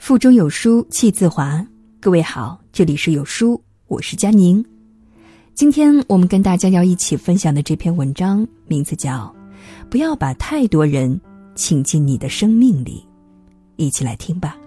腹中有书气自华。各位好，这里是有书，我是佳宁。今天我们跟大家要一起分享的这篇文章名字叫不要把太多人请进你的生命里。一起来听吧。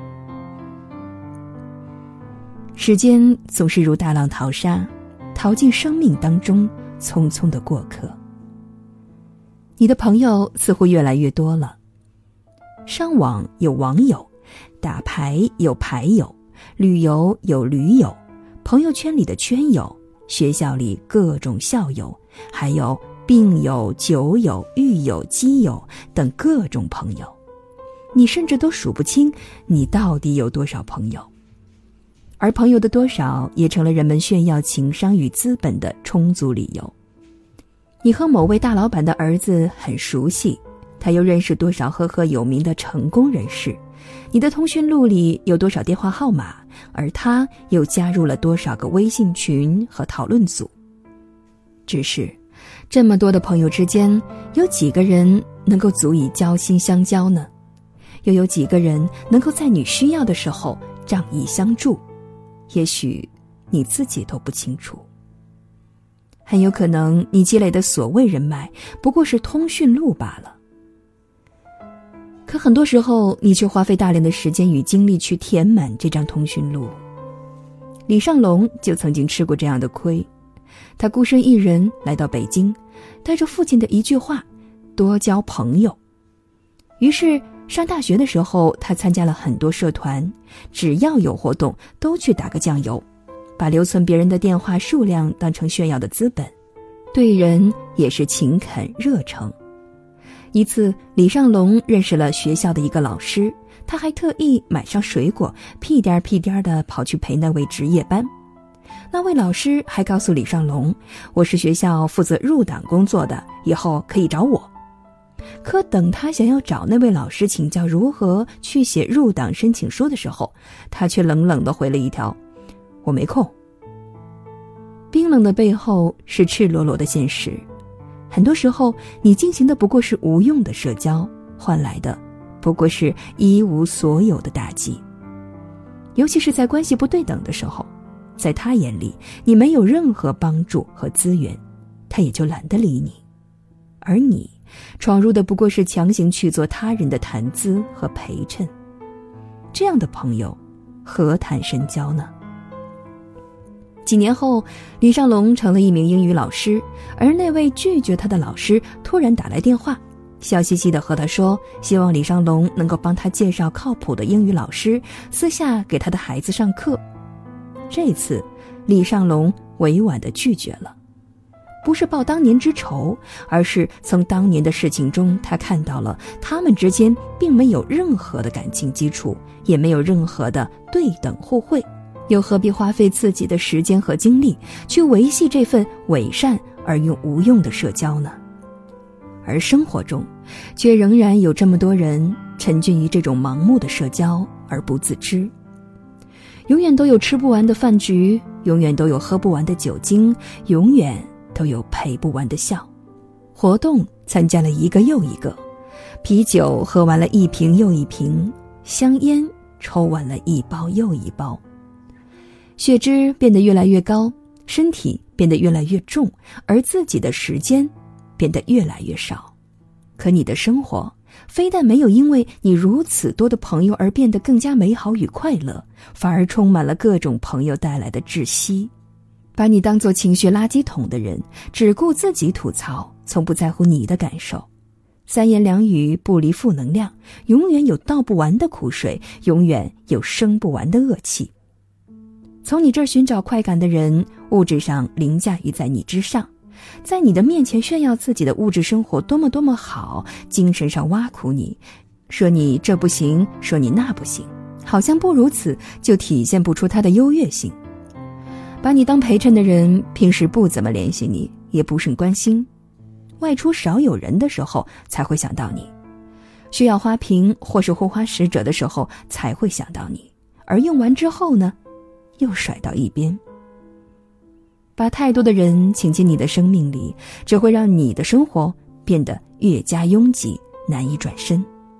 时间总是如大浪淘沙，淘进生命当中匆匆的过客。你的朋友似乎越来越多了，上网有网友，打牌有牌友，旅游有驴友，朋友圈里的圈友，学校里各种校友，还有病友、酒友、狱友、基友等各种朋友，你甚至都数不清你到底有多少朋友。而朋友的多少也成了人们炫耀情商与资本的充足理由。你和某位大老板的儿子很熟悉，他又认识多少赫赫有名的成功人士，你的通讯录里有多少电话号码，而他又加入了多少个微信群和讨论组。只是这么多的朋友之间，有几个人能够足以交心相交呢？又有几个人能够在你需要的时候仗义相助？也许你自己都不清楚。很有可能你积累的所谓人脉不过是通讯录罢了。可很多时候你却花费大量的时间与精力去填满这张通讯录。李尚龙就曾经吃过这样的亏。他孤身一人来到北京，带着父亲的一句话，多交朋友。于是上大学的时候，他参加了很多社团，只要有活动都去打个酱油，把留存别人的电话数量当成炫耀的资本，对人也是勤恳热诚。一次李尚龙认识了学校的一个老师，他还特意买上水果，屁颠屁颠地跑去陪那位值夜班。那位老师还告诉李尚龙，我是学校负责入党工作的，以后可以找我。可等他想要找那位老师请教如何去写入党申请书的时候，他却冷冷地回了一条，我没空。冰冷的背后是赤裸裸的现实。很多时候你进行的不过是无用的社交，换来的不过是一无所有的打击。尤其是在关系不对等的时候，在他眼里你没有任何帮助和资源，他也就懒得理你。而你闯入的不过是强行去做他人的谈资和陪衬。这样的朋友何谈深交呢？几年后，李尚龙成了一名英语老师，而那位拒绝他的老师突然打来电话，笑嘻嘻地和他说，希望李尚龙能够帮他介绍靠谱的英语老师，私下给他的孩子上课。这次李尚龙委婉地拒绝了，不是报当年之仇，而是从当年的事情中他看到了他们之间并没有任何的感情基础，也没有任何的对等互惠，又何必花费自己的时间和精力去维系这份伪善而又无用的社交呢？而生活中却仍然有这么多人沉浸于这种盲目的社交而不自知。永远都有吃不完的饭局，永远都有喝不完的酒精，永远都有陪不完的笑。活动参加了一个又一个，啤酒喝完了一瓶又一瓶，香烟抽完了一包又一包。血脂变得越来越高，身体变得越来越重，而自己的时间变得越来越少。可你的生活非但没有因为你如此多的朋友而变得更加美好与快乐，反而充满了各种朋友带来的窒息。把你当作情绪垃圾桶的人，只顾自己吐槽，从不在乎你的感受。三言两语不离负能量，永远有倒不完的苦水，永远有生不完的恶气。从你这儿寻找快感的人，物质上凌驾于在你之上，在你的面前炫耀自己的物质生活多么多么好，精神上挖苦你，说你这不行，说你那不行，好像不如此就体现不出他的优越性。把你当陪衬的人，平时不怎么联系你，也不甚关心，外出少有人的时候才会想到你，需要花瓶或是护花使者的时候才会想到你，而用完之后呢，又甩到一边。把太多的人请进你的生命里，只会让你的生活变得越加拥挤，难以转身。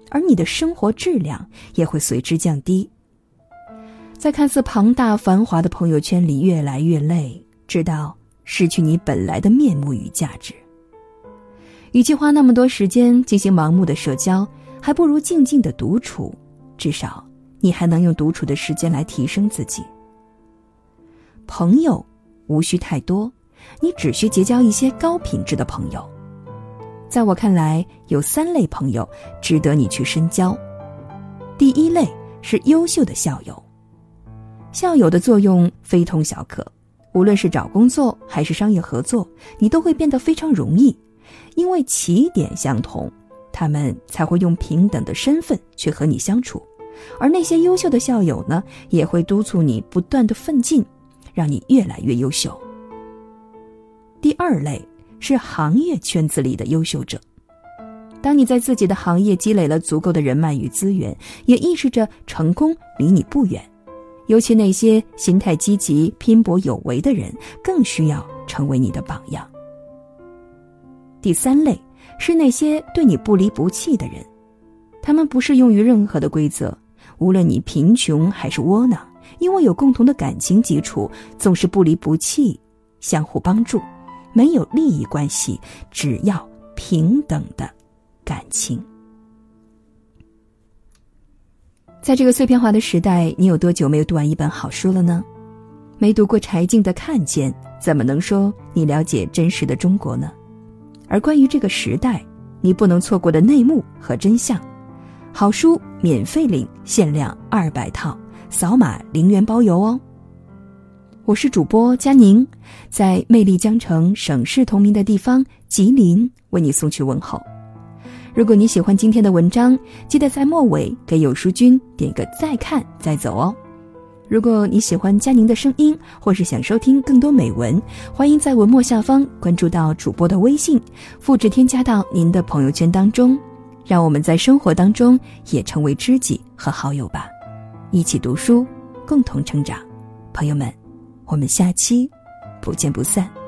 而你的生活质量也会随之降低。在看似庞大繁华的朋友圈里越来越累，直到失去你本来的面目与价值。与其花那么多时间进行盲目的社交，还不如静静的独处，至少你还能用独处的时间来提升自己。朋友无需太多，你只需结交一些高品质的朋友。在我看来，有3类朋友值得你去深交。第一类是优秀的校友。校友的作用非同小可，无论是找工作还是商业合作，你都会变得非常容易，因为起点相同，他们才会用平等的身份去和你相处。而那些优秀的校友呢，也会督促你不断的奋进，让你越来越优秀。第二类是行业圈子里的优秀者。当你在自己的行业积累了足够的人脉与资源，也意识着成功离你不远。尤其那些心态积极、拼搏有为的人，更需要成为你的榜样。第三类是那些对你不离不弃的人，他们不适用于任何的规则，无论你贫穷还是窝囊，因为有共同的感情基础，总是不离不弃，相互帮助，没有利益关系，只要平等的感情。在这个碎片化的时代，你有多久没有读完一本好书了呢？没读过柴静的《看见》，怎么能说你了解真实的中国呢？而关于这个时代，你不能错过的内幕和真相，好书免费领，限量200套，扫码0元包邮哦。我是主播佳宁，在魅力江城省市同名的地方吉林为你送去问候。如果你喜欢今天的文章，记得在末尾给有书君点个再看再走哦。如果你喜欢佳宁的声音，或是想收听更多美文，欢迎在文末下方关注到主播的微信，复制添加到您的朋友圈当中，让我们在生活当中也成为知己和好友吧，一起读书，共同成长。朋友们，我们下期不见不散。